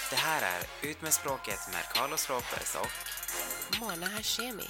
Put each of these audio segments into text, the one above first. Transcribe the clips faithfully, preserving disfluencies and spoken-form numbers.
Det här är Ut med språket med Carlos Ropez och Mona Hashemi.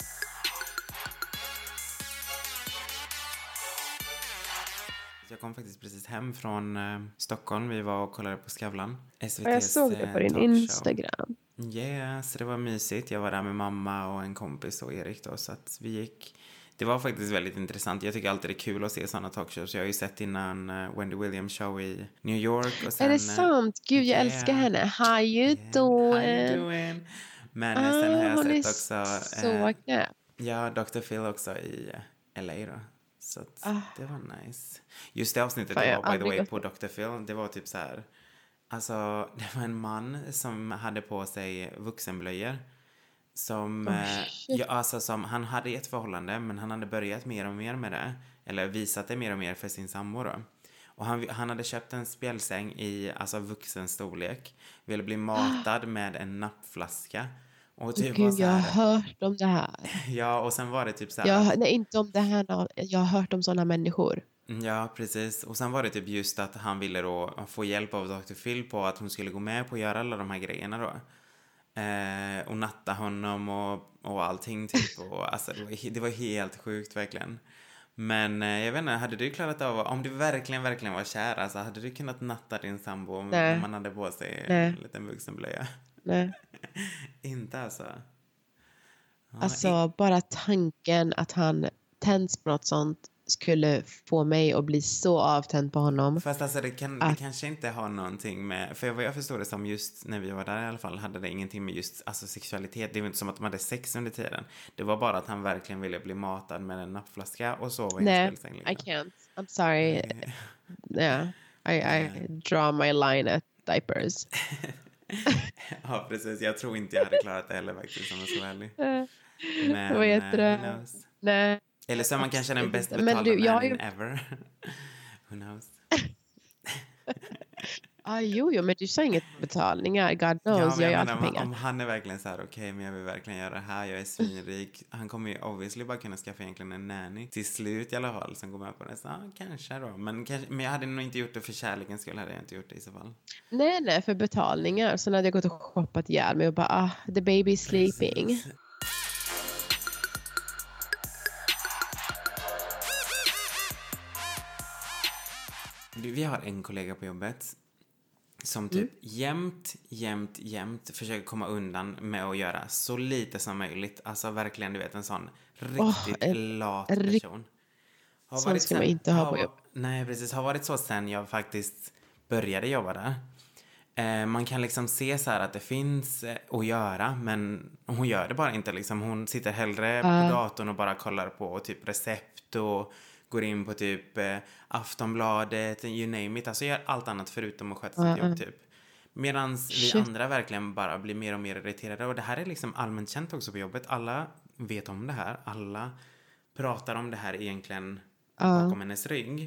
Jag kom faktiskt precis hem från eh, Stockholm. Vi var och kollade på Skavlan. S V T:s, jag såg det på din talkshow. Instagram. Yeah, så det var mysigt. Jag var där med mamma och en kompis och Erik då, så att vi gick. Det var faktiskt väldigt intressant. Jag tycker alltid det är kul att se sådana talkshows. Jag har ju sett innan uh, Wendy Williams show i New York. Och sen, är det sant? Gud, jag yeah. älskar henne. How you Yeah. doing? How you doing? Men ah, sen har jag hon sett är också... så eh, knäpp. Ja, doktor Phil också i L A då. Så att Ah. det var nice. Just det avsnittet Fan, jag var, by the aldrig way, gått på doktor Phil. Det var typ så här... Alltså, det var en man som hade på sig vuxenblöjor. Som, Oh, eh, shit. ja, alltså som, han hade ett förhållande, men han hade börjat mer och mer med det. Eller visat det mer och mer för sin sambo då. Och han, han hade köpt en spjälsäng i, alltså vuxen storlek. Ville bli matad med en nappflaska. Och typ var Gud, så jag har här, hört om det här. ja, och sen var det typ så här. Jag, nej, inte om det här. Jag har hört om sådana människor. Ja, precis. Och sen var det typ just att han ville då få hjälp av doktor Phil på att hon skulle gå med på att göra alla de här grejerna då. Eh, och natta honom och, och allting typ. Och, alltså, det, var, det var helt sjukt verkligen. Men eh, jag vet inte, hade du klarat av, om du verkligen, verkligen var kär, alltså, hade du kunnat natta din sambo om, Nej. om man hade på sig Nej. en liten vuxenblöja? Nej. Inte alltså. Ja, Alltså, bara tanken att han tänds på något sånt skulle få mig att bli så avtänd på honom. Fast alltså det, kan, det att- kanske inte har någonting med, för vad jag förstår det som just när vi var där i alla fall hade det ingenting med just alltså sexualitet. Det var inte som att de hade sex under tiden. Det var bara att han verkligen ville bli matad med en nappflaska och sova i en Nej, spjälsäng. I can't. I'm sorry. Yeah, I, I draw my line at diapers. Ja, precis. Jag tror inte jag hade klarat det heller faktiskt, om jag ska vara ärlig. Men, Vad heter eh, det? who knows? Nej. Eller så är man kanske den bäst Men betalda du, jag har mannen ju- ever. Who knows? Ah, jo, jo, men du sa inget om betalningar. God knows, men jag har menar, alltid om, pengar. om han är verkligen så här, okej, okay, men jag vill verkligen göra det här, jag är svinrik. Han kommer ju obviously bara kunna skaffa egentligen en nanny. Till slut i alla fall, som går med på det. Så, ja, kanske då. Men, kanske, men jag hade nog inte gjort det för kärlekens skull, hade jag inte gjort det i så fall. Nej, nej, för betalningar. Så hade jag gått och shoppat ihjäl mig och bara, ah, the baby is sleeping. Precis. Du, vi har en kollega på jobbet som typ Mm. jämt, jämt, jämt försöker komma undan med att göra så lite som möjligt. Alltså verkligen, du vet, en sån riktigt en- lat en rikt- person. Har Sån ska man inte ha på har- jobb. Nej, precis. Har varit så sen jag faktiskt började jobba där. Eh, man kan liksom se så här att det finns eh, att göra, men hon gör det bara inte liksom. Hon sitter hellre på Ah. datorn och bara kollar på typ recept och går in på typ eh, Aftonbladet, you name it. Alltså gör allt annat förutom att sköta sitt Ah, jobb typ. Medan vi Shit. andra verkligen bara blir mer och mer irriterade. Och det här är liksom allmänt känt också på jobbet. Alla vet om det här. Alla pratar om det här egentligen Ja. bakom hennes rygg.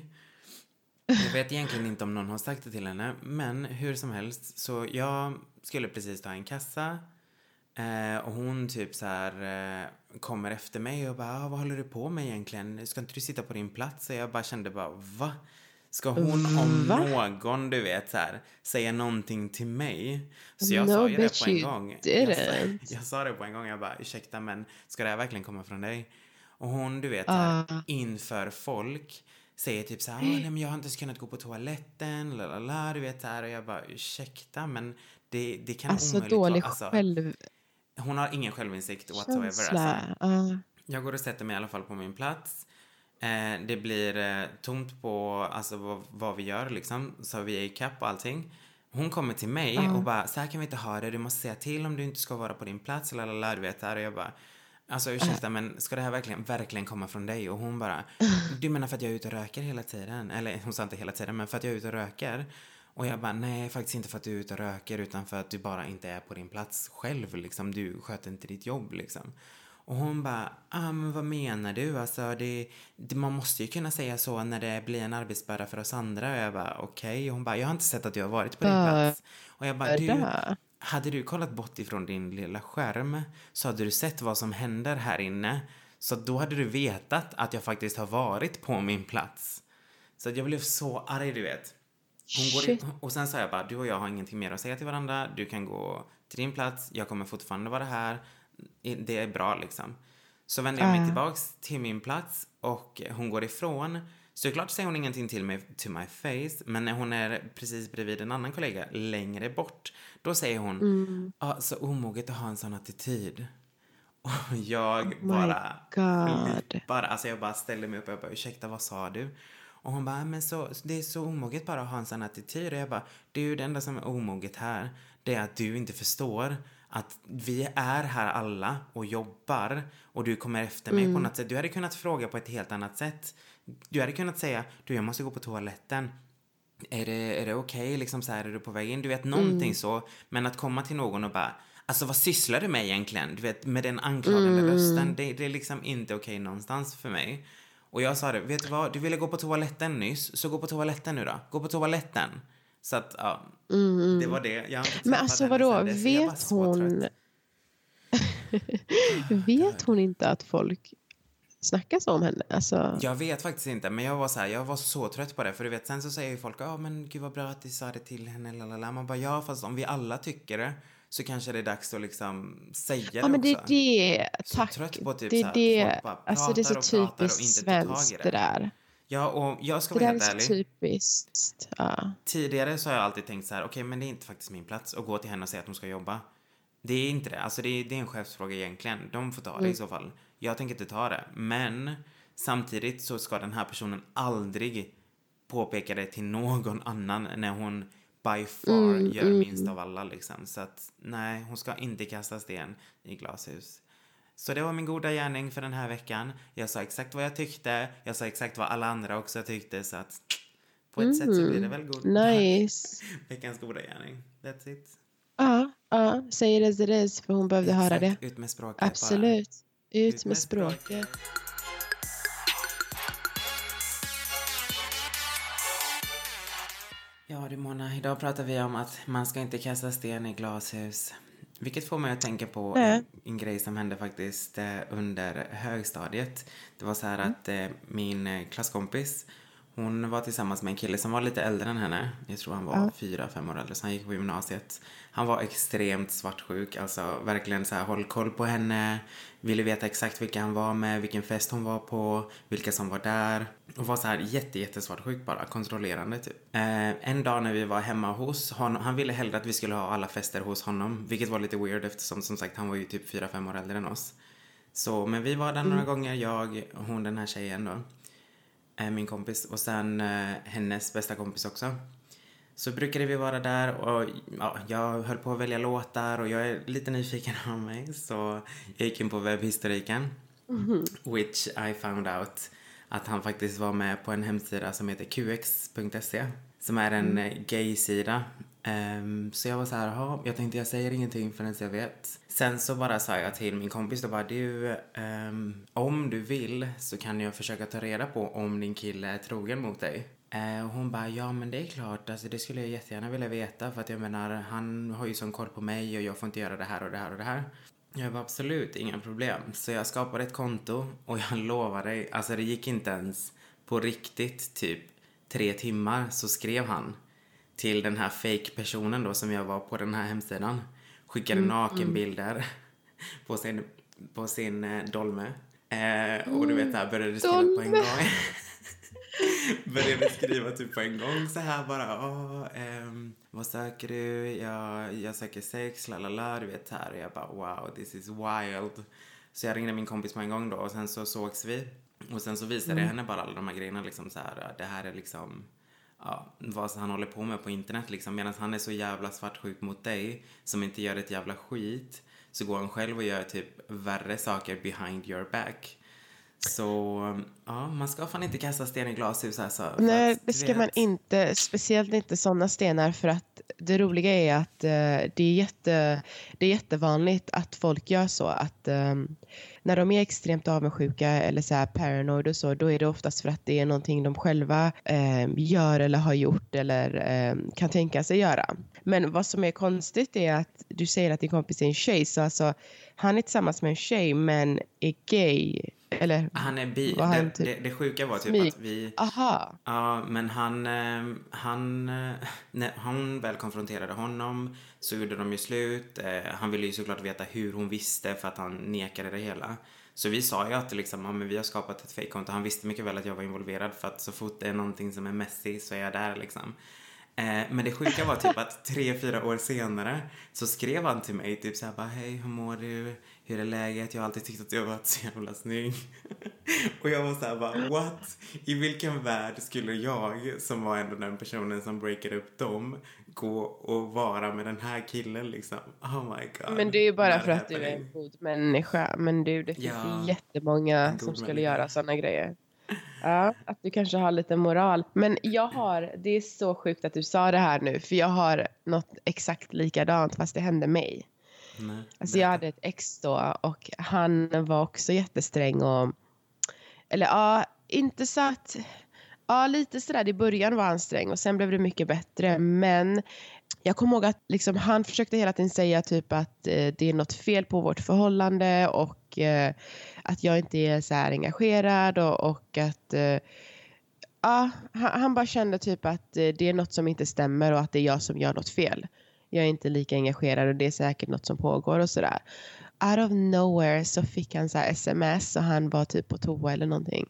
Jag vet egentligen inte om någon har sagt det till henne. Men hur som helst. Så jag skulle precis ta en kassa. Eh, och hon typ så här eh, kommer efter mig och bara, ah, vad håller du på med egentligen? Ska inte du sitta på din plats? Och jag bara kände bara, va? Ska hon om Va? någon, du vet så här, säga någonting till mig? Så jag No, sa ju det bitch, på en you gång. Jag sa, didn't. jag sa det på en gång. Jag bara, ursäkta, men ska det här verkligen komma från dig? Och hon, du vet, så här, Ah. inför folk säger typ så här, ah, nej men jag har inte kunnat gå på toaletten, lalala, du vet så här. Och jag bara, ursäkta, men det, det kan Alltså omöjligt dålig vara. Alltså, själv... hon har ingen självinsikt whatsoever. Alltså. Känsla. Ah. Jag går och sätter mig i alla fall på min plats. Eh, det blir eh, tomt på alltså, vad, vad vi gör liksom. Så vi är i kapp och allting. Hon kommer till mig Ja. och bara, så här kan vi inte ha det. Du måste säga till om du inte ska vara på din plats. Lalala, du vet där. Och jag bara, alltså ursäkta, men ska det här verkligen, verkligen komma från dig? Och hon bara, du menar för att jag är ute och röker hela tiden? Eller hon sa inte hela tiden, men för att jag är ute och röker. Och jag bara, nej, faktiskt inte för att du är ute och röker, utan för att du bara inte är på din plats själv, liksom. Du sköter inte ditt jobb, liksom. Och hon bara, ah, men vad menar du? Alltså, det, det, man måste ju kunna säga så när det blir en arbetsbörda för oss andra. Och jag bara, okej. Okay. Och hon bara, jag har inte sett att du har varit på din plats. Och jag bara, du, Där. hade du kollat bort ifrån din lilla skärm så hade du sett vad som händer här inne. Så då hade du vetat att jag faktiskt har varit på min plats. Så jag blev så arg, du vet. Hon går i, och sen sa jag bara, du och jag har ingenting mer att säga till varandra. Du kan gå till din plats. Jag kommer fortfarande vara här. Det är bra liksom. Så vänder jag mig uh. tillbaks till min plats och hon går ifrån. Såklart säger hon ingenting till mig to my face. Men när hon är precis bredvid en annan kollega längre bort, då säger hon, mm. ah, så omoget att ha en sån attityd. Och jag oh bara flippar. Alltså jag bara ställer mig upp och jag bara, ursäkta, vad sa du? Och hon bara, men så, det är så omoget bara att ha en sån attityd. Och jag bara, det är ju det enda som är omoget här. Det är att du inte förstår att vi är här alla och jobbar. Och du kommer efter mig mm. på något sätt. Du hade kunnat fråga på ett helt annat sätt. Du hade kunnat säga, du, jag måste gå på toaletten. Är det, är det okej? Okay? Liksom så här, är du på väg in? Du vet, någonting mm. så. Men att komma till någon och bara, alltså vad sysslar du med egentligen? Du vet, med den anklagande mm. rösten. Det, det är liksom inte okej okay någonstans för mig. Och jag sa det, vet du vad? Du ville gå på toaletten nyss. Så gå på toaletten nu då. Gå på toaletten. Så att, ja. Mm. Det var det. Jag Men alltså vadå? Vet hon... vet hon inte att folk snackar så om henne? Alltså... Jag vet faktiskt inte. Men jag var så här, jag var så trött på det. För du vet, sen så säger ju folk, ja oh, men gud vad bra att du sa det till henne. Lalala. Man bara, ja fast om vi alla tycker det, så kanske det är dags att liksom säga det ja, men det också. är det, tack. Så trött på typ det är så här, det, folk bara alltså det är så typiskt svenskt det. det där. Ja, och jag ska det vara helt ärlig. Det är så typiskt, ja. Tidigare så har jag alltid tänkt så här, okej okay, men det är inte faktiskt min plats att gå till henne och säga att hon ska jobba. Det är inte det, alltså det är, det är en chefsfråga egentligen. De får ta det mm. i så fall. Jag tänker inte ta det, men samtidigt så ska den här personen aldrig påpeka det till någon annan när hon by far mm, gör mm. minst av alla liksom. Så att nej, hon ska inte kasta sten i glashus. Så det var min goda gärning för den här veckan. Jag sa exakt vad jag tyckte. Jag sa exakt vad alla andra också tyckte. Så att på ett mm. sätt så blir det väl god. Nice. Veckans goda gärning. That's it. Ja, ja. Say it as it is. För hon behövde exakt. höra det. Ut med språket. Absolut. Bara. Ut, Ut med, med språket. språket. Ja du Mona, idag pratar vi om att man ska inte kasta sten i glashus. Vilket får mig att tänka på en, en grej som hände faktiskt eh, under högstadiet. Det var så här mm. att eh, min eh, klasskompis, hon var tillsammans med en kille som var lite äldre än henne. Jag tror han var mm. fyra, fem år äldre, så han gick på gymnasiet. Han var extremt svartsjuk, alltså verkligen så här håll koll på henne. Ville veta exakt vilka han var med, vilken fest hon var på, vilka som var där. Och var så här jätte, jätte svartsjuk bara, kontrollerande typ. Eh, en dag när vi var hemma hos honom, han ville hellre att vi skulle ha alla fester hos honom. Vilket var lite weird eftersom som sagt han var ju typ fyra, fem år äldre än oss. Så, men vi var där några mm. gånger, jag, hon, den här tjejen då. Eh, min kompis och sen eh, hennes bästa kompis också. Så brukade vi vara där och ja, jag höll på att välja låtar och jag är lite nyfiken av mig. Så jag gick in på webbhistoriken. Mm-hmm. Which I found out att han faktiskt var med på en hemsida som heter q x punkt se. Som är en mm. gay-sida. Um, så jag var så här, ja, jag tänkte jag säger ingenting förrän jag vet. Sen så bara sa jag till min kompis då bara, du, um, om du vill så kan jag försöka ta reda på om din kille är trogen mot dig. Uh, och hon bara, ja men det är klart, alltså det skulle jag jättegärna vilja veta. För att jag menar, han har ju sån koll på mig och jag får inte göra det här och det här och det här. Jag var absolut inga problem. Så jag skapade ett konto och jag lovar dig, alltså det gick inte ens på riktigt typ tre timmar så skrev han till den här fake-personen då som jag var på den här hemsidan. Skickade mm, nakenbilder mm. på sin, på sin eh, dolme. Eh, och du vet här började skriva dolme. på en gång. började skriva typ på en gång så här bara. Åh, ehm, vad söker du? Jag, jag söker sex, lalala, du vet här. Och jag bara wow, this is wild. Så jag ringde min kompis på en gång då och sen så sågs vi. Och sen så visade mm. jag henne bara alla de här grejerna liksom så här. Det här är liksom... Ja, vad han håller på med på internet liksom. Medan han är så jävla svartsjuk mot dig som inte gör ett jävla skit, så går han själv och gör typ värre saker behind your back. Så ja, man ska fan inte kasta sten i glashus alltså. Nej, att, det ska vet... man inte. Speciellt inte sådana stenar, för att det roliga är att uh, det, är jätte, det är jättevanligt att folk gör så. Att um, när de är extremt avundsjuka eller så här paranoid och så, då är det oftast för att det är någonting de själva um, gör eller har gjort eller um, kan tänka sig göra. Men vad som är konstigt är att du säger att din kompis är en tjej, så alltså han är tillsammans med en tjej men är gay. Eller Han är bi. var han Det, typ det, det sjuka var typ smyg? att vi... Aha. Ja, men han... eh, han eh, när hon väl konfronterade honom så gjorde de ju slut. Eh, han ville ju såklart veta hur hon visste för att han nekade det hela. Så vi sa ju att liksom, ja, men vi har skapat ett fejkkonto. Han visste mycket väl att jag var involverad för att så fort det är någonting som är messy så är jag där liksom. Eh, men det sjuka var typ att tre, fyra år senare så skrev han till mig typ såhär bara, hej, hur mår du? Hur är läget? Jag har alltid tyckt att jag varit så jävla snygg. Och jag var såhär bara, what? I vilken värld skulle jag, som var ändå den personen som breakade upp dem, gå och vara med den här killen liksom? Oh my god. Men det är ju bara Not för att du är happening. en god människa. Men du, det finns Ja, jättemånga en som god skulle människa. göra sådana grejer. Ja, att du kanske har lite moral. Men jag har, det är så sjukt att du sa det här nu. För jag har något exakt likadant fast det hände mig. Nej, Alltså jag berätta. hade ett ex då och han var också jättesträng och... Eller ja, inte så att... Ja, lite sådär. I början var han sträng och sen blev det mycket bättre. Men jag kommer ihåg att liksom, han försökte hela tiden säga typ att eh, det är något fel på vårt förhållande och eh, att jag inte är så här engagerad och, och att... Eh, ja, han, han bara kände typ att eh, det är något som inte stämmer och att det är jag som gör något fel. Jag är inte lika engagerad och det är säkert något som pågår och sådär. Out of nowhere så fick han så här sms och han var typ på toa eller någonting.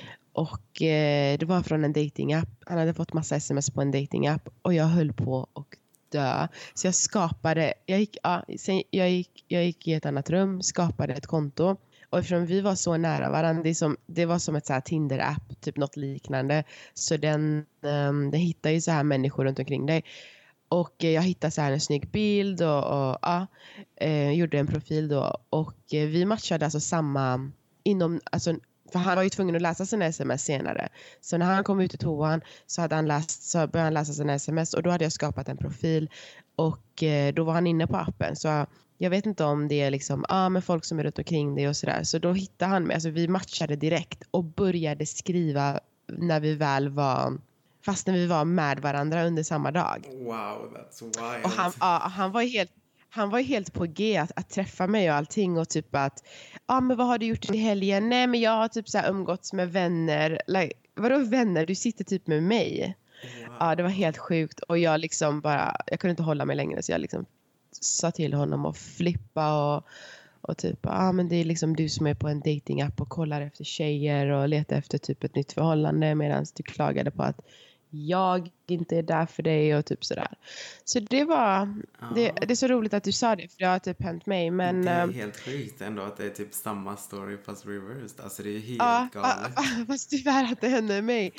Och eh, det var från en datingapp. Han hade fått massa sms på en datingapp och jag höll på att dö. Så jag skapade, jag gick, ja, sen, jag gick, jag gick i ett annat rum, skapade ett konto. Och eftersom vi var så nära varandra, det, som, det var som ett så här Tinder-app, typ något liknande. Så den, um, den hittar ju så här människor runt omkring dig. Och eh, jag hittade så här en snygg bild och, och ja, eh, gjorde en profil då. Och eh, vi matchade alltså samma inom, alltså, för han var ju tvungen att läsa sina sms senare. Så när han kom ut i toan så, hade han läst, så började han läsa sina sms. Och då hade jag skapat en profil. Och eh, då var han inne på appen. Så jag vet inte om det är liksom, ah, men folk som är runt omkring det och sådär. Så då hittade han mig. Alltså vi matchade direkt och började skriva när vi väl var... Fast när vi var med varandra under samma dag. Wow, that's wild. Och han, ja, han var ju helt... Han var ju helt på G att, att träffa mig och allting och typ att ja ah, men vad har du gjort i helgen? Nej men jag har typ så här umgåtts med vänner. Like, vadå vänner? Du sitter typ med mig. Ja Wow. ah, det var helt sjukt och jag liksom bara, jag kunde inte hålla mig längre så jag liksom sa till honom att flippa och, och typ ja ah, men det är liksom du som är på en datingapp och kollar efter tjejer och letar efter typ ett nytt förhållande medan du klagade på att jag inte är där för dig och typ sådär. Så det var, Ja. det, det är så roligt att du sa det för det har typ hänt mig. Men, Det är ehm, helt sjukt ändå att det är typ samma story fast reversed. Alltså det är ju helt ja, galet. ja, fast tyvärr att det hände mig.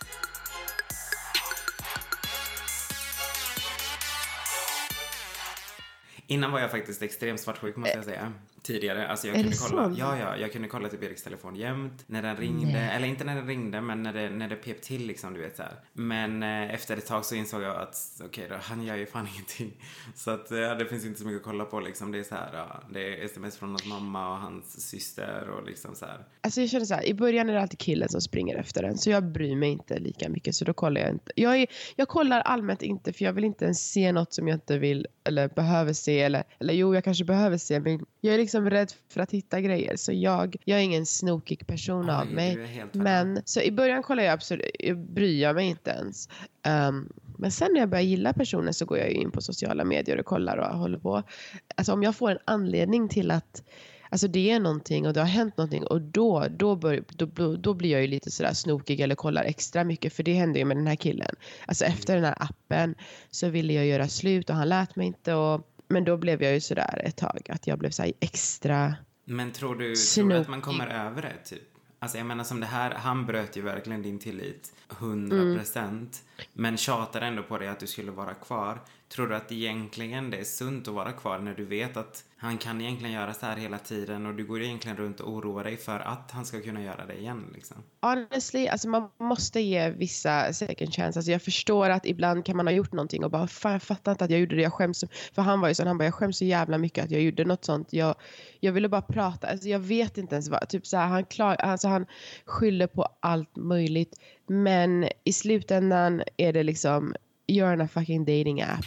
Innan var jag faktiskt extremt svartsjuk måste jag säga. Tidigare. Alltså jag Är kunde det kolla. så? Ja, ja. Jag kunde kolla typ Eriks telefon jämt. När den ringde. Nej. Eller inte när den ringde, men när det, när det pep till liksom, du vet så här. Men eh, efter ett tag så insåg jag att okej okay, då, han gör ju fan ingenting. Så att ja, det finns inte så mycket att kolla på liksom. Det är så här, ja, det är sms från hans mamma och hans syster och liksom så här. Alltså jag känner så här, i början är det alltid killen som springer efter den. Så jag bryr mig inte lika mycket. Så då kollar jag inte. Jag, är, jag kollar allmänt inte för jag vill inte ens se något som jag inte vill eller behöver se. Eller, eller jo, jag kanske behöver se. Men jag är liksom rädd för att hitta grejer. Så jag, jag är ingen snokig person Oj, av mig. du är helt fan. Men så i början kollar jag absolut, jag bryr jag mig inte ens. Um, men sen när jag börjar gilla personen så går jag ju in på sociala medier och kollar och håller på. Alltså om jag får en anledning till att alltså det är någonting och det har hänt någonting och då, då, bör, då, då blir jag ju lite sådär snokig eller kollar extra mycket för det hände ju med den här killen. Alltså efter den här appen så ville jag göra slut och han lät mig inte och, men då blev jag ju sådär ett tag att jag blev såhär extra. Men tror du, tror Snokig. du att man kommer över det typ? Alltså jag menar som det här, han bröt ju verkligen din tillit hundra procent. Mm. Men tjatar ändå på dig att du skulle vara kvar. Tror du att egentligen det är sunt att vara kvar när du vet att han kan egentligen göra så här hela tiden och du går egentligen runt och oroar dig för att han ska kunna göra det igen liksom? Honestly, alltså man måste ge vissa second chance. Alltså jag förstår att ibland kan man ha gjort någonting och bara, fan jag fattar inte att jag gjorde det. Jag skäms. För han var ju sån, han bara, jag skäms så jävla mycket att jag gjorde något sånt. Jag, jag ville bara prata. Alltså jag vet inte ens vad. Typ så här, han, klar, alltså han skyller på allt möjligt. Men i slutändan är det liksom, you're on a fucking dating app.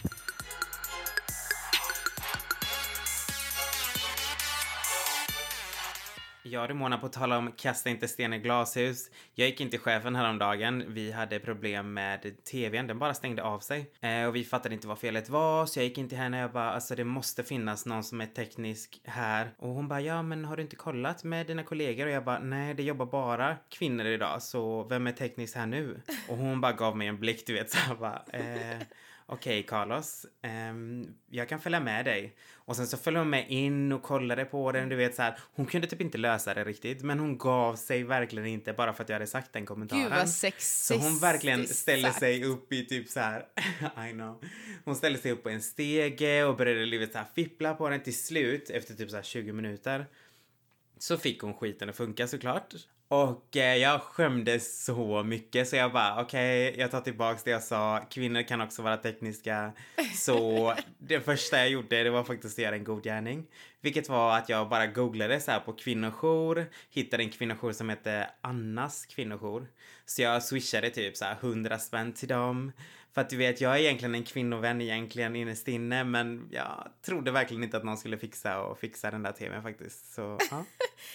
Ja, du Mona, på att tala om kasta inte sten i glashus. Jag gick in till chefen häromdagen. Vi hade problem med tvn. Den bara stängde av sig. Eh, och vi fattade inte vad felet var. Så jag gick in till henne och jag bara, alltså det måste finnas någon som är teknisk här. Och hon bara, ja men har du inte kollat med dina kollegor? Och jag bara, nej det jobbar bara kvinnor idag. Så vem är teknisk här nu? Och hon bara gav mig en blick, du vet. Så jag bara, eh... okej, okay, Carlos, um, jag kan följa med dig. Och sen så följde hon med in och kollade på den, du vet så här. Hon kunde typ inte lösa det riktigt, men hon gav sig verkligen inte bara för att jag hade sagt den kommentaren. Gud vad sexistiskt. Så hon verkligen ställde sagt. sig upp i typ så här, I know. Hon ställde sig upp på en stege och började livet så här fippla på den till slut efter typ så här tjugo minuter. Så fick hon skiten att funka såklart. Och eh, jag skämdes så mycket så jag bara, okej, okay, jag tar tillbaks det jag sa. Kvinnor kan också vara tekniska. Så det första jag gjorde, det var faktiskt att göra en god gärning. Vilket var att jag bara googlade så här på kvinnojour. Hittade en kvinnojour som heter Annas kvinnojour. Så jag swishade typ så här hundra spänn till dem. För att du vet, jag är egentligen en kvinnovän egentligen innerst inne. Men jag trodde verkligen inte att någon skulle fixa och fixa den där tvn faktiskt. Så, ja.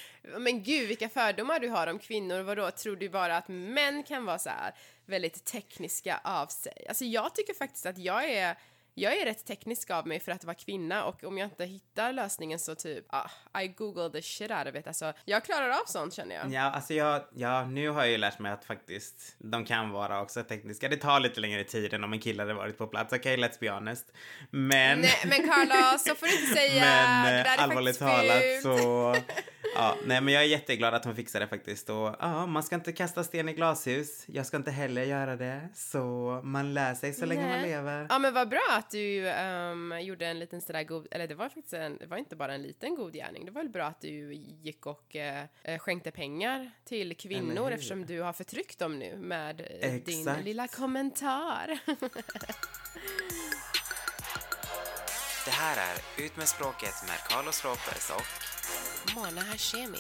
Men gud, vilka fördomar du har om kvinnor. Vadå, tror du bara att män kan vara så här väldigt tekniska av sig? Alltså jag tycker faktiskt att jag är jag är rätt teknisk av mig för att vara kvinna. Och om jag inte hittar lösningen så typ ah, I google the shit out of it. Alltså jag klarar av sånt, känner jag. Ja, alltså jag, ja, nu har jag ju lärt mig att faktiskt de kan vara också tekniska. Det tar lite längre tid än om en kille hade varit på plats. Okej, okay, let's be honest. Men... Nej, men Carlos, så får du inte säga. Men det där är allvarligt talat så... Ja, nej men jag är jätteglad att hon fixade det faktiskt. Och ja, man ska inte kasta sten i glashus. Jag ska inte heller göra det. Så man lär sig så länge nej. man lever. Ja, men vad bra att du um, gjorde en liten sådär god... Eller det var faktiskt en, det var inte bara en liten god gärning. Det var väl bra att du gick och uh, skänkte pengar till kvinnor eftersom du har förtryckt dem nu med uh, din lilla kommentar. Det här är Ut med språket med Carlos Ropers och Mona Hashemi.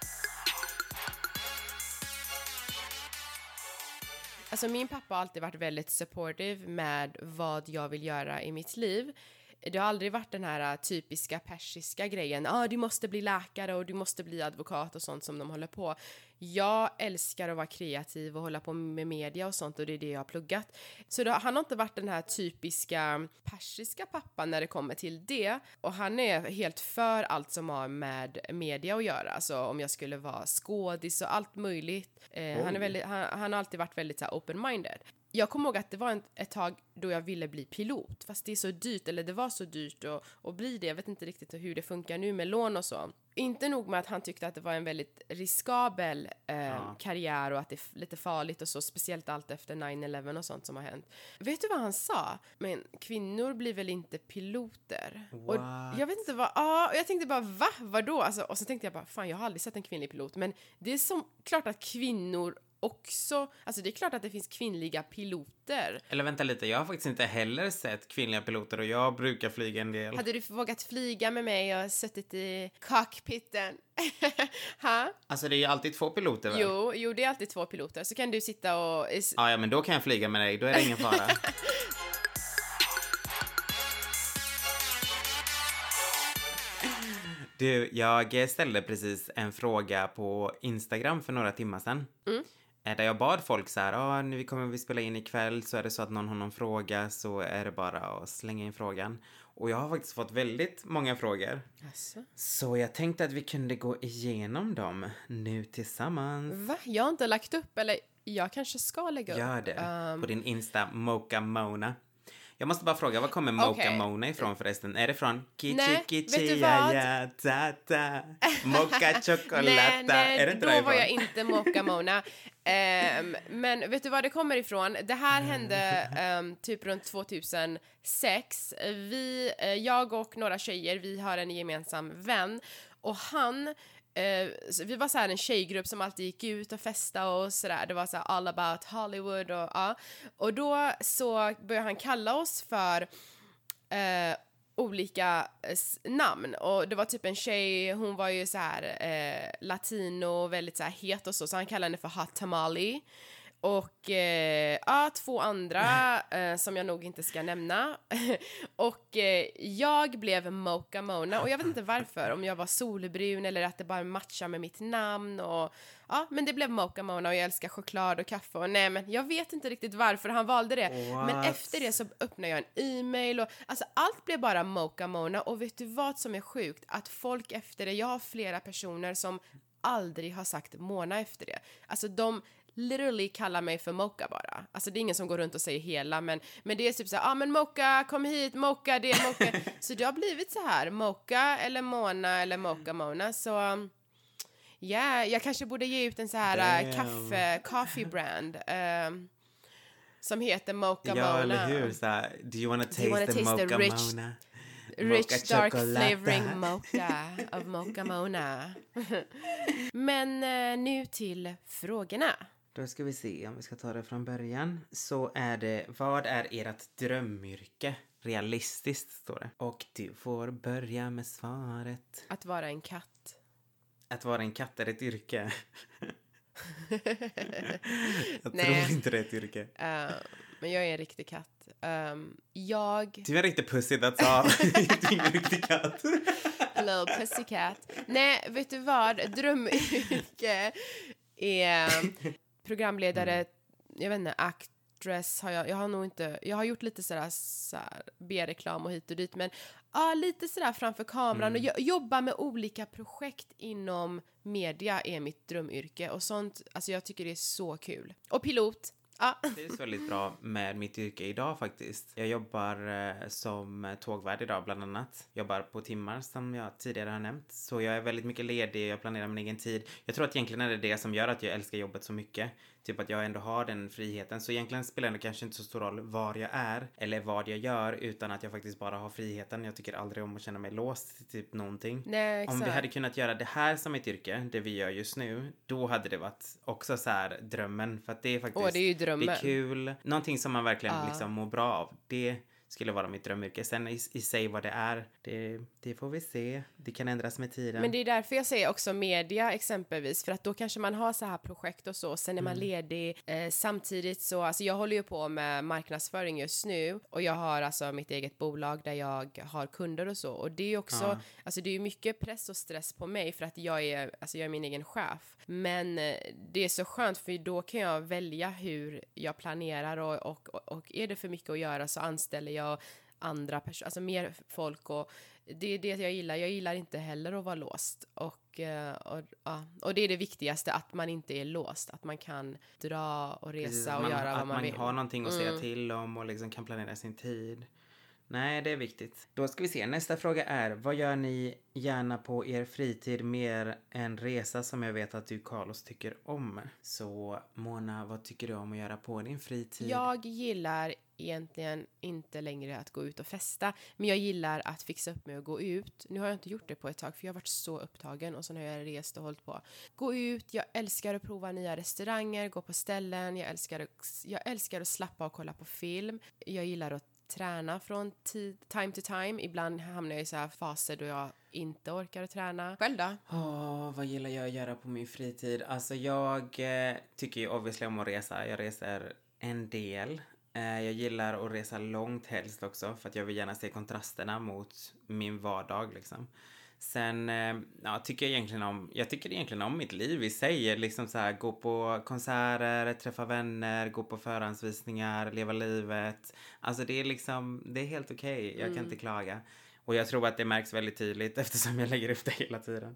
Alltså min pappa har alltid varit väldigt supportive med vad jag vill göra i mitt liv. Det har aldrig varit den här typiska persiska grejen. Ja, ah, du måste bli läkare och du måste bli advokat och sånt som de håller på. Jag älskar att vara kreativ och hålla på med media och sånt och det är det jag har pluggat. Så då, han har inte varit den här typiska persiska pappan när det kommer till det. Och han är helt för allt som har med media att göra. Alltså om jag skulle vara skådis och allt möjligt. Eh, han, är väldigt, han, han har alltid varit väldigt så här, open-minded. Jag kommer ihåg att det var en, ett tag då jag ville bli pilot. Fast det är så dyrt, eller det var så dyrt att, att bli det. Jag vet inte riktigt hur det funkar nu med lån och så. Inte nog med att han tyckte att det var en väldigt riskabel eh, ja. karriär och att det är lite farligt och så. Speciellt allt efter nine eleven och sånt som har hänt. Vet du vad han sa? Men kvinnor blir väl inte piloter? What? Och jag vet inte vad... Ja, och jag tänkte bara, va? Vadå? Alltså, och så tänkte jag bara, fan jag har aldrig sett en kvinnlig pilot. Men det är som klart att kvinnor... också, alltså det är klart att det finns kvinnliga piloter. Eller vänta lite, jag har faktiskt inte heller sett kvinnliga piloter och jag brukar flyga en del. Hade du vågat flyga med mig och suttit i cockpiten? Ha? Alltså det är ju alltid två piloter väl? Jo, jo, det är alltid två piloter. Så kan du sitta och... Ja, ja, men då kan jag flyga med dig, då är det ingen fara. Du, jag ställde precis en fråga på Instagram för några timmar sedan. Mm. Där jag bad folk så här, ah, nu kommer vi spela in ikväll, så är det så att någon har någon fråga så är det bara att slänga in frågan. Och jag har faktiskt fått väldigt många frågor. Alltså. Så jag tänkte att vi kunde gå igenom dem nu tillsammans. Va? Jag har inte lagt upp, eller jag kanske ska lägga upp. Gör det, um... på din Insta, Mocha Mona. Jag måste bara fråga, var kommer Mocha okay. Mona ifrån förresten? Är det från Kichi Kichi ja ja ta ta Mocha Chocolata? Nej, nej, är det inte då var jag inte Mocha Mona. um, men vet du var det kommer ifrån? Det här hände um, typ runt tjugohundrasex. Vi, uh, jag och några tjejer, vi har en gemensam vän. Och han... Uh, vi var så här en tjejgrupp som alltid gick ut och festa och sådär. Det var så här all about Hollywood och ja. Och då så började han kalla oss för uh, olika uh, namn. Och det var typ en tjej, hon var ju så här uh, latino, väldigt så här het och så. Så han kallade henne för Hot Tamale. Och eh, ja, två andra eh, som jag nog inte ska nämna. Och eh, jag blev Mocha Mona. Och jag vet inte varför. Om jag var solbrun eller att det bara matchar med mitt namn. Och, ja, men det blev Mocha Mona och jag älskar choklad och kaffe. Och nej, men jag vet inte riktigt varför han valde det. What? Men efter det så öppnade jag en e-mail. Och, alltså allt blev bara Mocha Mona. Och vet du vad som är sjukt? Att folk efter det, jag har flera personer som aldrig har sagt Mona efter det. Alltså de literally kallar mig för Mocha bara. Alltså det är ingen som går runt och säger hela, men, men det är typ så här, ja ah, men Mocha, kom hit, Mocha, det är Mocha. Så det har blivit så här, Mocha eller Mona eller Mocha Mona. Så ja, yeah, jag kanske borde ge ut en så här uh, kaffe, coffee brand uh, som heter Mocha ja, Mona. Ja, eller hur? Så här, do you wanna taste, you wanna the taste Mocha the rich, Mona? Rich mocha dark chocolate. Flavoring mocha of Mocha Mona. Men uh, nu till frågorna. Då ska vi se om vi ska ta det från början. Så är det, vad är ert drömyrke? Realistiskt står det. Och du får börja med svaret. Att vara en katt. Att vara en katt är ett yrke. jag Nej. tror inte det är ett yrke. Uh, men jag är en riktig katt. Um, jag... Du är en riktig pussy, that's all. Du är en riktig katt. A little pussycat. Nej, vet du vad? Drömyrke är programledare, mm. jag vet inte, actress har jag, jag har nog inte, jag har gjort lite sådär, sådär B-reklam och hit och dit, men ja, lite sådär framför kameran mm. och jo- jobba med olika projekt inom media är mitt drömyrke och sånt, alltså jag tycker det är så kul. Och pilot. Ja. Det är väldigt bra med mitt yrke idag faktiskt. Jag jobbar eh, som tågvärd idag bland annat. Jobbar på timmar som jag tidigare har nämnt. Så jag är väldigt mycket ledig, jag planerar min egen tid. Jag tror att egentligen är det det som gör att jag älskar jobbet så mycket. Typ att jag ändå har den friheten. Så egentligen spelar det kanske inte så stor roll var jag är eller vad jag gör, utan att jag faktiskt bara har friheten. Jag tycker aldrig om att känna mig låst till typ någonting. Nej, exakt. Om vi hade kunnat göra det här som ett yrke, det vi gör just nu, då hade det varit också så här drömmen. För att det är faktiskt, Åh, det är ju drömmen. Det är kul. Någonting som man verkligen Ja. liksom mår bra av. Det skulle vara mitt drömyrke. Sen i, i sig vad det är, det, det får vi se. Det kan ändras med tiden. Men det är därför jag säger också media exempelvis, för att då kanske man har så här projekt och så, sen är man mm. ledig. Eh, samtidigt så, alltså jag håller ju på med marknadsföring just nu och jag har alltså mitt eget bolag där jag har kunder och så, och det är också, ja. alltså det är mycket press och stress på mig för att jag är, alltså jag är min egen chef. Men eh, det är så skönt för då kan jag välja hur jag planerar och, och, och, och är det för mycket att göra så anställer jag andra personer, alltså mer folk, och det är det jag gillar. Jag gillar inte heller att vara låst och, och, ja, och det är det viktigaste, att man inte är låst, att man kan dra och resa Precis, och man, göra vad man, man vill. Att man har någonting att säga mm. till om och liksom kan planera sin tid. Nej, det är viktigt. Då ska vi se. Nästa fråga är, vad gör ni gärna på er fritid mer än resa, som jag vet att du, Carlos, tycker om? Så Mona, vad tycker du om att göra på din fritid? Jag gillar egentligen inte längre att gå ut och festa, men jag gillar att fixa upp mig och gå ut. Nu har jag inte gjort det på ett tag för jag har varit så upptagen och sen har jag rest och hållit på. Gå ut, jag älskar att prova nya restauranger, gå på ställen, jag älskar att, jag älskar att slappa och kolla på film. Jag gillar att träna från tid, time to time. Ibland hamnar jag i så här faser då jag inte orkar att träna. Själv då? Åh, vad gillar jag att göra på min fritid? Alltså jag eh, tycker ju obviously om att resa. Jag reser en del. Eh, jag gillar att resa långt helst också, för att jag vill gärna se kontrasterna mot min vardag liksom. Sen eh, ja, tycker jag egentligen om, jag tycker egentligen om mitt liv i sig, liksom så här, gå på konserter, träffa vänner, gå på förhandsvisningar, leva livet. Alltså det är liksom, det är helt okej, okay. Jag mm. kan inte klaga. Och jag tror att det märks väldigt tydligt eftersom jag lägger upp det hela tiden.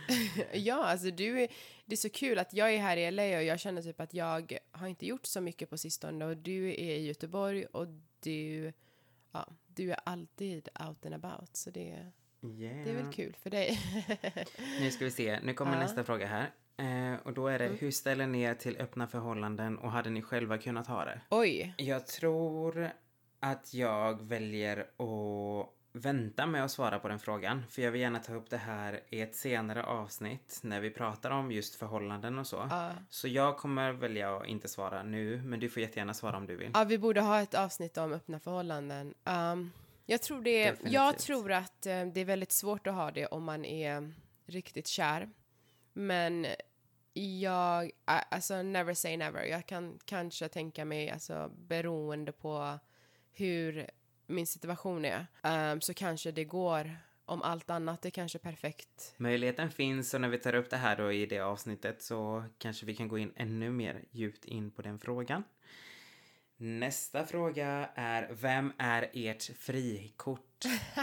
Ja, alltså du är, det är så kul att jag är här i L A och jag känner typ att jag har inte gjort så mycket på sistone, och du är i Göteborg och du, ja, du är alltid out and about, så det är... Yeah. Det är väl kul för dig. Nu ska vi se. Nu kommer ja. nästa fråga här. Eh, och då är det, mm. hur ställer ni er till öppna förhållanden och hade ni själva kunnat ha det? Oj. Jag tror att jag väljer att vänta med att svara på den frågan. För jag vill gärna ta upp det här i ett senare avsnitt när vi pratar om just förhållanden och så. Uh. Så jag kommer välja att inte svara nu, men du får jättegärna svara om du vill. Ja, vi borde ha ett avsnitt om öppna förhållanden. Um... Jag tror, det, jag tror att eh, det är väldigt svårt att ha det om man är riktigt kär. Men Jag, alltså never say never. Jag kan kanske tänka mig, alltså beroende på hur min situation är, um, så kanske det går. Om allt annat är kanske perfekt. Möjligheten finns, och när vi tar upp det här då i det avsnittet så kanske vi kan gå in ännu mer djupt in på den frågan. Nästa fråga är, vem är ert frikort?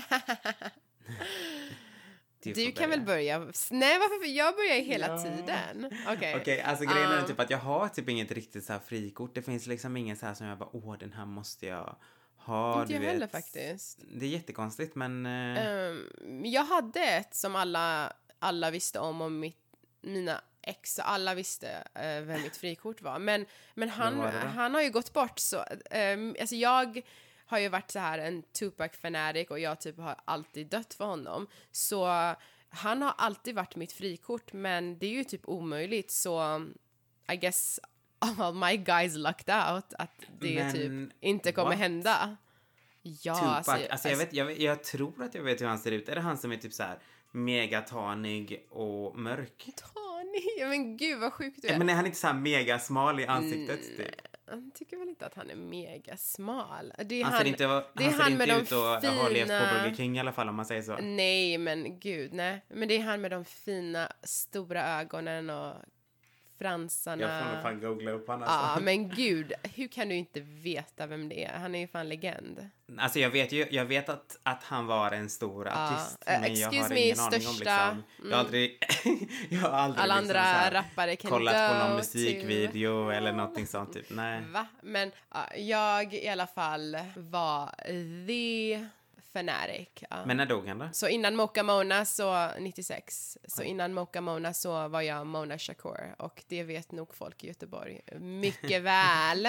Du, du kan väl börja? Nej, varför? Jag börjar hela ja. tiden. Okej, okay. okay, alltså grejen är um, typ att jag har typ inget riktigt så här frikort. Det finns liksom ingen så här som jag bara, åh, den här måste jag ha. Inte du jag vet. heller faktiskt. Det är jättekonstigt, men... Uh... Um, jag hade ett som alla, alla visste om, om mitt, mina ex. Alla visste uh, vem mitt frikort var. Men, men han, han har ju gått bort. Så, um, alltså jag... har ju varit så här en Tupac-fanatic och jag typ har alltid dött för honom. Så han har alltid varit mitt frikort, men det är ju typ omöjligt. Så I guess all my guys lucked out att det men, typ inte kommer what? hända. Ja, Tupac, alltså, alltså jag, vet, jag, jag tror att jag vet hur han ser ut. Är det han som är typ så här megatanig och mörk? Tanig? Men gud vad sjukt du är. Men är han inte så här mega smal i ansiktet mm. typ? Jag tycker väl inte att han är mega smal. Det är han, han ser inte, det han är ser han inte med ut de att fina... ha levt på Burger King i alla fall, om man säger så. Nej, men gud, nej. Men det är han med de fina, stora ögonen och fransarna. Jag får nog fan googla upp han alltså. Ja, men gud, hur kan du inte veta vem det är? Han är ju fan legend. Alltså jag vet ju, jag vet att, att han var en stor artist. Uh, men jag har me, ingen största, aning om liksom. Jag har aldrig, jag har aldrig alla liksom andra här, rappare kan kollat på någon to. musikvideo eller någonting sånt typ. Nej. Va? Men uh, jag i alla fall var the fanatic. Uh. Men när dog han då? Så innan Mocha Mona så nittiosex. Så Oj. innan Mocha Mona så var jag Mona Shakur. Och det vet nog folk i Göteborg mycket väl.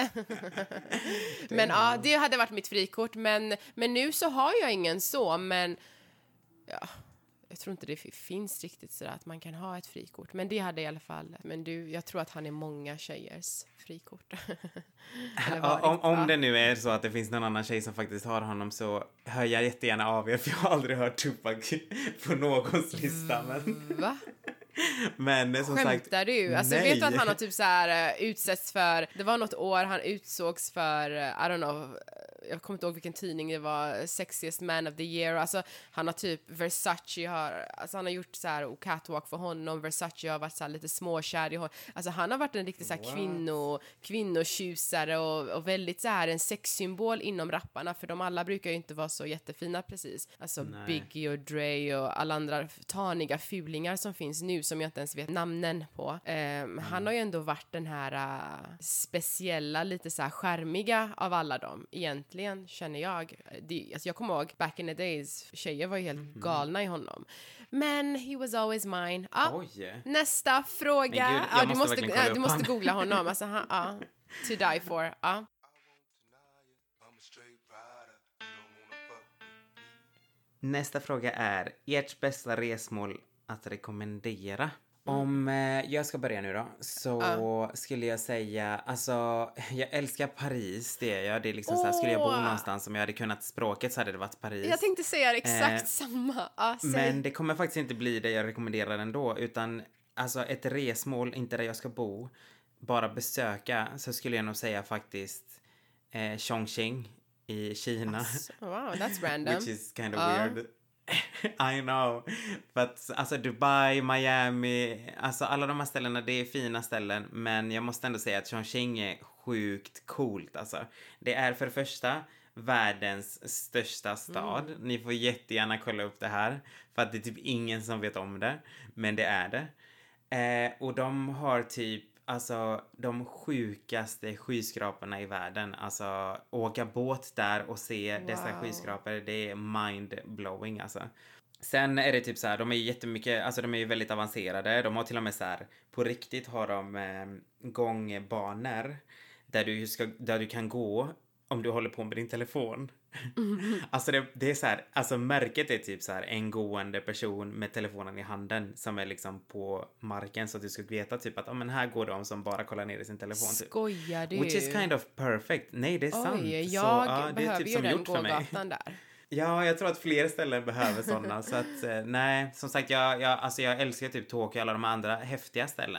Men ja, det hade varit mitt frikort. Men, men nu så har jag ingen så. Men ja, jag tror inte det finns riktigt så att man kan ha ett frikort. Men det hade i alla fall. Men du, jag tror att han är många tjejers frikort. ja, om, om det nu är så att det finns någon annan tjej som faktiskt har honom, så hör jag jättegärna av er, för jag har aldrig hört Tupac på någons lista. Men... Va? Men som Skämtar sagt, du? Alltså nej. vet du att han har typ så här uh, utsätts för, det var något år han utsågs för, uh, I don't know, jag kommer inte ihåg vilken tidning det var, sexiest man of the year. Alltså han har typ, Versace har, alltså han har gjort så här catwalk för honom. Versace har varit så här lite småkär i honom. Alltså han har varit en riktig så här kvinno, kvinnotjusare och, och väldigt så här en sexsymbol inom rapparna, för de alla brukar ju inte vara så jättefina precis. Alltså nej. Biggie och Dre och alla andra taniga fulingar som finns nu som jag inte ens vet namnen på. Um, mm. Han har ju ändå varit den här uh, speciella, lite så här charmiga av alla dem egentligen. Känner jag. Det, alltså jag kommer ihåg back in the days, tjejer var ju helt mm-hmm. galna i honom. Men he was always mine. Ah, Oj. Nästa fråga. Gud, ah, du måste, äh, du måste googla honom. Alltså, han, ah, to die for. Ah. Nästa fråga är ert bästa resmål att rekommendera. Om eh, jag ska börja nu då, så uh. skulle jag säga, alltså jag älskar Paris, det är jag. Det är liksom oh. så här, skulle jag bo någonstans, om jag hade kunnat språket så hade det varit Paris. Jag tänkte säga exakt eh, samma. Uh, men det kommer faktiskt inte bli det jag rekommenderar ändå, utan alltså ett resmål, inte där jag ska bo, bara besöka, så skulle jag nog säga faktiskt eh, Chongqing i Kina. Alltså, wow, that's random. Which is kind of uh. weird. I know. But alltså Dubai, Miami, alltså alla de här ställena, det är fina ställen, men jag måste ändå säga att Chongqing är sjukt coolt alltså. Det är för det första världens största stad. Mm. Ni får jättegärna kolla upp det här, för att det är typ ingen som vet om det, men det är det. Eh, och de har typ alltså de sjukaste skyskraporna i världen. Alltså åka båt där och se wow. dessa skyskrapor, det är mind-blowing alltså. Sen är det typ så här, de är ju jättemycket, alltså de är ju väldigt avancerade. De har till och med så här, på riktigt har de eh, gångbanor där du, ska, där du kan gå om du håller på med din telefon. Mm. Alltså det, det är så här, alltså märket är typ så här en gående person med telefonen i handen som är liksom på marken, så att du ska veta typ att oh, men här går de som bara kollar ner i sin telefon typ. Skojar du? Which is kind of perfect. Nej, det är Oj, sant. Jag så, ja, det behöver är typ ju som den gjort för mig. gågatan där. Ja, jag tror att fler ställen behöver sådana. Så att, eh, nej, som sagt, jag, jag, alltså jag älskar typ Tokyo och alla de andra häftiga ställen.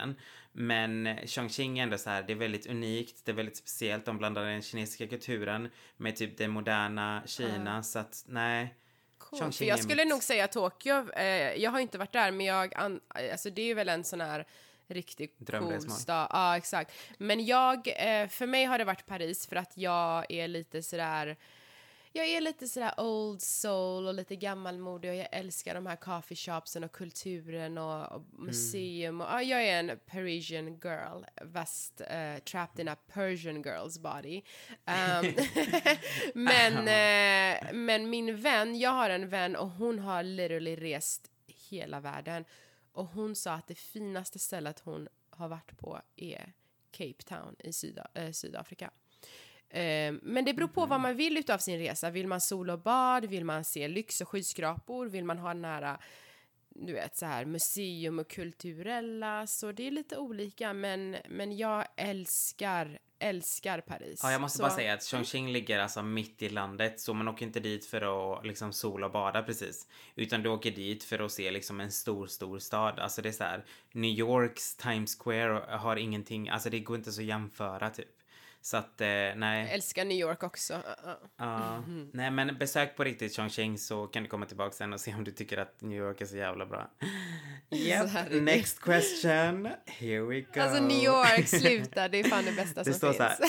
Men Chongqing är ändå så här, det är väldigt unikt, det är väldigt speciellt. De blandar den kinesiska kulturen med typ det moderna Kina, uh. så att nej. Cool. För jag skulle mitt... nog säga Tokyo. Eh, jag har inte varit där, men jag, an, alltså det är väl en sån här riktigt cool stad. Ja, exakt. Men jag, eh, för mig har det varit Paris för att jag är lite sådär, jag är lite sådär old soul och lite gammalmodig och jag älskar de här coffee shopsen och kulturen och, och museum. Mm. Och, ja, jag är en Parisian girl, fast uh, trapped in a Persian girl's body. Um, men, uh, men min vän, jag har en vän och hon har literally rest hela världen. Och hon sa att det finaste stället hon har varit på är Cape Town i Syda, äh, Sydafrika. Men det beror på vad man vill utav sin resa. Vill man sol och bad? Vill man se lyx och skyskrapor? Vill man ha nära, du vet, så här museum och kulturella? Så det är lite olika, men, men jag älskar älskar Paris. Ja, jag måste så... bara säga att Chongqing ligger alltså mitt i landet, så man åker inte dit för att liksom sola och bada precis, utan du åker dit för att se liksom en stor, stor stad. Alltså det är så här, New Yorks Times Square har ingenting, alltså det går inte så att jämföra typ. Så att, eh, nej. Jag älskar New York också. Uh, uh. Ja, mm-hmm. Nej, men besök på riktigt Chongqing så kan du komma tillbaka sen och se om du tycker att New York är så jävla bra. Yep, next question. Here we go. Alltså New York, sluta, det är fan det bästa det som finns.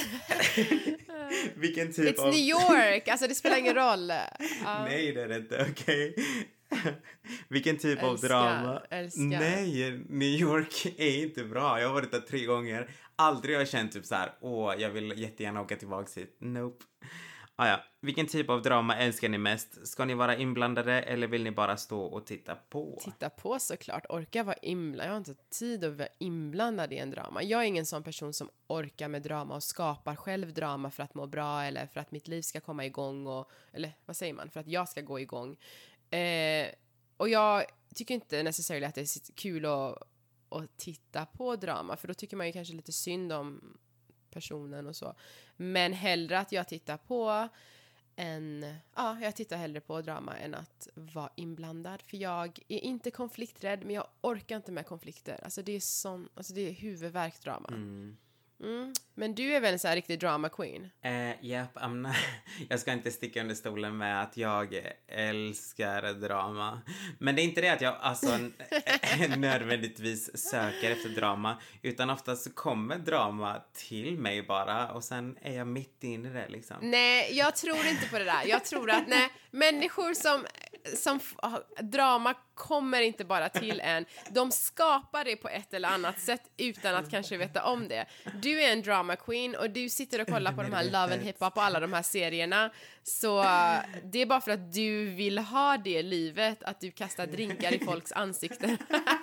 Vilken typ It's av... New York, alltså det spelar ingen roll. Uh. Nej, det är det inte, okej. Okay. Vilken typ älskar, av drama? Älskar. Nej, New York är inte bra. Jag har varit där tre gånger. Aldrig har jag känt typ så här, åh, jag vill jättegärna åka tillbaka hit. Nope. Ah, ja. Vilken typ av drama älskar ni mest? Ska ni vara inblandade eller vill ni bara stå och titta på? Titta på såklart. Orka vara inblandad. Jag har inte tid att vara inblandad i en drama. Jag är ingen sån person som orkar med drama och skapar själv drama för att må bra eller för att mitt liv ska komma igång och, eller vad säger man? För att jag ska gå igång. Eh, och jag tycker inte necessarily att det är kul att, att titta på drama, för då tycker man ju kanske lite synd om personen och så. Men hellre att jag tittar på än, ja, jag tittar hellre på drama än att vara inblandad, för jag är inte konflikträdd, men jag orkar inte med konflikter. Alltså det är sån, alltså det är huvudvärk drama. Mm. Mm. Men du är väl en sån här riktig drama queen? Uh, yep, I'm not... Jag ska inte sticka under stolen med att jag älskar drama. Men det är inte det att jag alltså nödvändigtvis söker efter drama, utan oftast så kommer drama till mig bara och sen är jag mitt inne i det liksom. Nej, jag tror inte på det där. Jag tror att nej, människor som som drama kommer inte bara till en. De skapar det på ett eller annat sätt utan att kanske veta om det. Du är en drama queen och du sitter och kollar på de här Love and Hip Hop och alla de här serierna. Så det är bara för att du vill ha det livet, att du kastar drinkar i folks ansikten.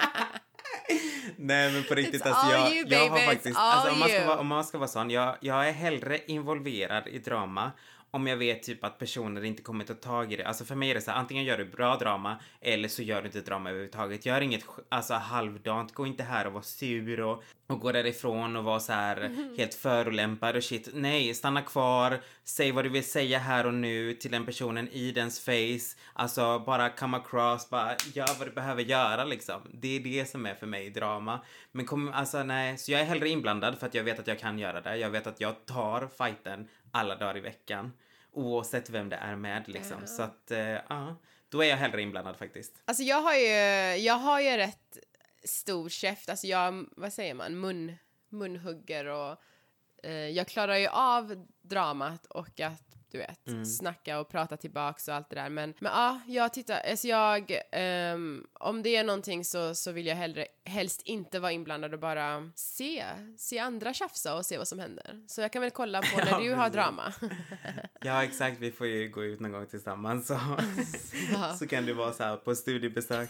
Nej, men på riktigt, alltså, jag, you, jag har faktiskt, alltså, om, man ska vara, om man ska vara sån, jag, jag är hellre involverad i drama om jag vet typ att personer inte kommer ta tag i det. Alltså för mig är det så här, antingen gör du bra drama eller så gör du inte drama överhuvudtaget. Gör inget alltså halvdant, gå inte här och vara sur och, och gå därifrån och vara så här mm. helt förolämpad och shit. Nej, stanna kvar, säg vad du vill säga här och nu till den personen i dens face. Alltså bara come across, bara gör vad du behöver göra liksom. Det är det som är för mig drama. Men kom, alltså nej, så jag är hellre inblandad för att jag vet att jag kan göra det. Jag vet att jag tar fighten alla dagar i veckan. Oavsett vem det är med liksom. Ja. Så att, ja, uh, då är jag hellre inblandad faktiskt. Alltså jag har ju, jag har ju rätt stor käft. Alltså jag, vad säger man, mun, munhugger och eh, jag klarar ju av dramat och att, du vet, mm. snacka och prata tillbaks och allt det där. Men, men ja, jag tittar, alltså jag, um, om det är någonting så, så vill jag hellre, helst inte vara inblandad och bara se, se andra tjafsa och se vad som händer. Så jag kan väl kolla på när ja, du har drama. Ja, exakt. Vi får ju gå ut någon gång tillsammans så, ja. Så kan du vara så här på studiebesök.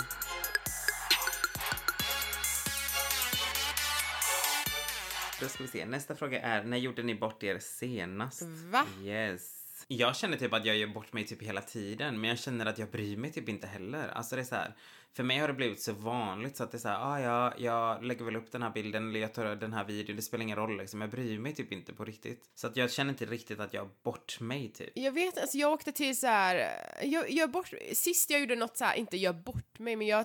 Då ska vi se. Nästa fråga är, när gjorde ni bort er senast? Va? Yes. Jag känner typ att jag gör bort mig typ hela tiden. Men jag känner att jag bryr mig typ inte heller. Alltså det är så här. För mig har det blivit så vanligt så att det är så här. Ah, ja, jag lägger väl upp den här bilden. Eller jag tar den här videon. Det spelar ingen roll liksom. Jag bryr mig typ inte på riktigt. Så att jag känner inte riktigt att jag har bort mig typ. Jag vet, alltså jag åkte till så här. Jag, jag bort, sist jag gjorde något så här. Inte jag bort mig. Men jag typ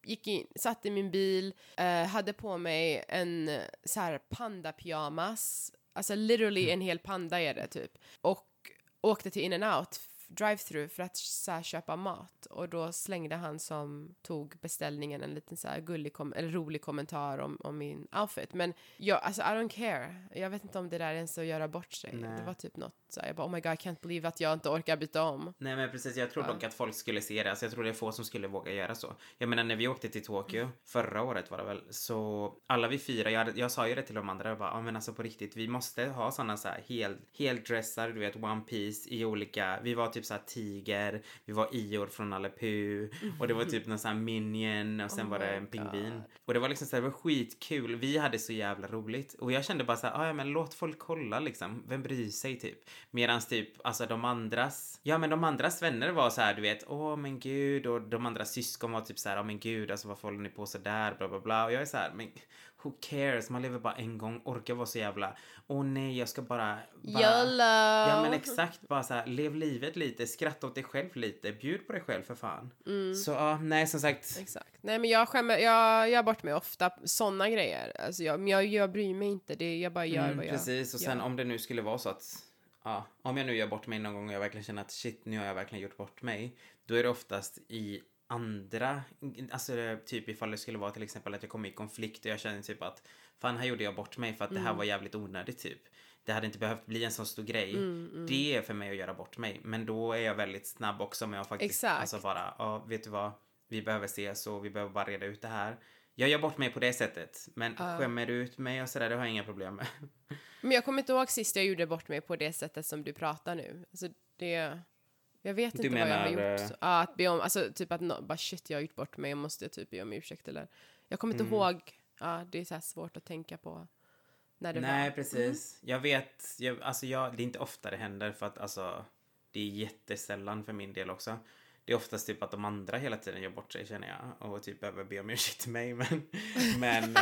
gick in, satt i min bil, uh, hade på mig en så här panda-pyjamas. Alltså literally en hel panda är det typ. Och åkte till In-N-Out drive-thru för att så här, köpa mat. Och då slängde han som tog beställningen en liten så här gullig kom- eller rolig kommentar om, om min outfit. Men jag, alltså I don't care. Jag vet inte om det där är ens att göra bort sig. Nej. Det var typ något så här, jag bara oh my god, I can't believe att jag inte orkar byta om. Nej men precis, jag tror ja. dock att folk skulle se det. Alltså jag tror det är få som skulle våga göra så. Jag menar när vi åkte till Tokyo, mm. förra året var det väl, så alla vi fyra, jag, jag sa ju det till de andra, jag bara, ja men alltså på riktigt, vi måste ha sådana så här hel, heldressar, du vet, One Piece i olika, vi var typ så här tiger, vi var Ior från Nalle Puh, och det var typ någon sån här minion, och sen oh var det en pingvin. God. Och det var liksom så här, det var skitkul, vi hade så jävla roligt. Och jag kände bara så här, ja men låt folk kolla liksom, vem bryr sig typ. Medans typ, alltså de andras, ja men de andras vänner var så här, du vet, åh men gud, och de andra syskon var typ så här, ja men gud, alltså varför håller ni på så där, bla bla bla. Och jag är så här, men who cares, man lever bara en gång, orkar vara så jävla, åh nej, jag ska bara, bara YOLO. Ja men exakt, bara så här, lev livet lite, skratta åt dig själv lite, bjud på dig själv för fan. Mm. Så ja, nej som sagt. Exakt, nej men jag skämmer, jag gör bort mig ofta sådana grejer, alltså jag, jag, jag bryr mig inte, det, jag bara gör mm, vad jag precis, och sen gör. Om det nu skulle vara så att ja, om jag nu gör bort mig någon gång och jag verkligen känner att shit, nu har jag verkligen gjort bort mig, då är det oftast i andra, alltså typ ifall det skulle vara till exempel att jag kommer i konflikt och jag känner typ att fan, här gjorde jag bort mig för att mm. det här var jävligt onödigt typ. Det hade inte behövt bli en så stor grej. Mm, mm. Det är för mig att göra bort mig, men då är jag väldigt snabb också med att faktiskt, exakt. Alltså bara, ja vet du vad, vi behöver se så vi behöver bara reda ut det här. Jag gör bort mig på det sättet, men uh. skämmer ut mig och sådär, det har jag inga problem med. Men jag kommer inte ihåg sist jag gjorde bort mig på det sättet som du pratar nu. Alltså det, jag vet inte du menar, vad jag har gjort. Så, ah, att be om, alltså typ att no, bara shit, jag har gjort bort mig, jag måste typ be om ursäkt eller. Jag kommer inte mm. ihåg, ja ah, det är så här svårt att tänka på när det Nej, var. precis. Mm. Jag vet, jag, alltså jag, det är inte ofta det händer för att alltså det är jättesällan för min del också. Det är oftast typ att de andra hela tiden gör bort sig, känner jag. Och typ behöver be om ursäkt till mig. Men, men,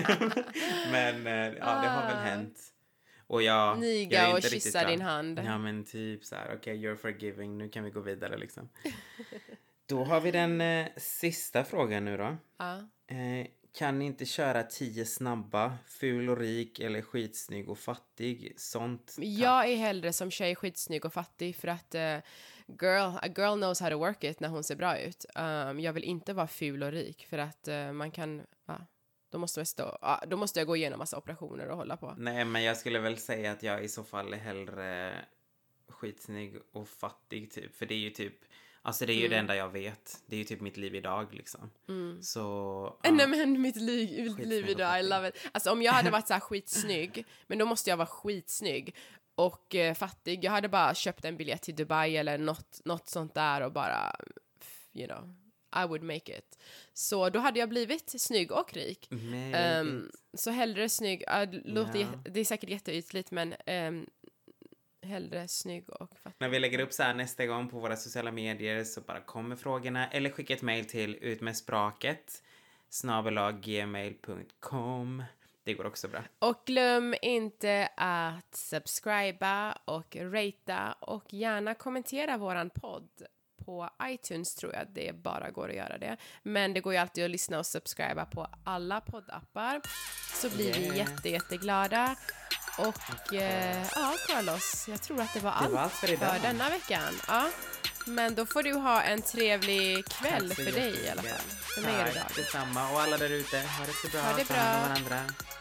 men ja, det har väl hänt. Och jag, Niga jag är och inte kyssa din hand. Ja, men typ så här, okej, okay, you're forgiving. Nu kan vi gå vidare liksom. Då har vi den eh, sista frågan nu då. Ja. Eh, kan ni inte köra tio snabba, ful och rik eller skitsnygg och fattig? Sånt. Jag är hellre som tjej skitsnygg och fattig för att uh, girl, a girl knows how to work it när hon ser bra ut. Um, jag vill inte vara ful och rik för att uh, man kan, uh, då, måste jag stå, uh, då måste jag gå igenom massa operationer och hålla på. Nej, men jag skulle väl säga att jag i så fall är hellre skitsnygg och fattig typ. För det är ju typ, alltså det är ju mm. det enda jag vet. Det är ju typ mitt liv idag liksom. Mm. Så ja. Nej men mitt liv, mitt liv idag, I love it. Alltså om jag hade varit så här skitsnygg, men då måste jag vara skitsnygg och eh, fattig. Jag hade bara köpt en biljett till Dubai eller något, något sånt där och bara, you know, I would make it. Så då hade jag blivit snygg och rik. Um, så hellre snygg, uh, låter, ja. Det är säkert jätteytligt men um, hellre snygg och fattig. När vi lägger upp så här nästa gång på våra sociala medier så bara kommer frågorna eller skicka ett mejl till utmedspråket snabel-a gmail punkt com. Det går också bra. Och glöm inte att subscriba och ratea och gärna kommentera våran podd. På iTunes tror jag det bara går att göra det. Men det går ju alltid att lyssna och subscriba på alla poddappar. Så blir yeah. vi jätte, jätteglada. Och eh, ja, Carlos, jag tror att det var, det allt, var allt för, för denna veckan. Ja. Men då får du ha en trevlig kväll för dig i alla fall. För mig är det idag. Detsamma. Och alla där ute, ha det så bra. Ha det bra. Ta hand om varandra.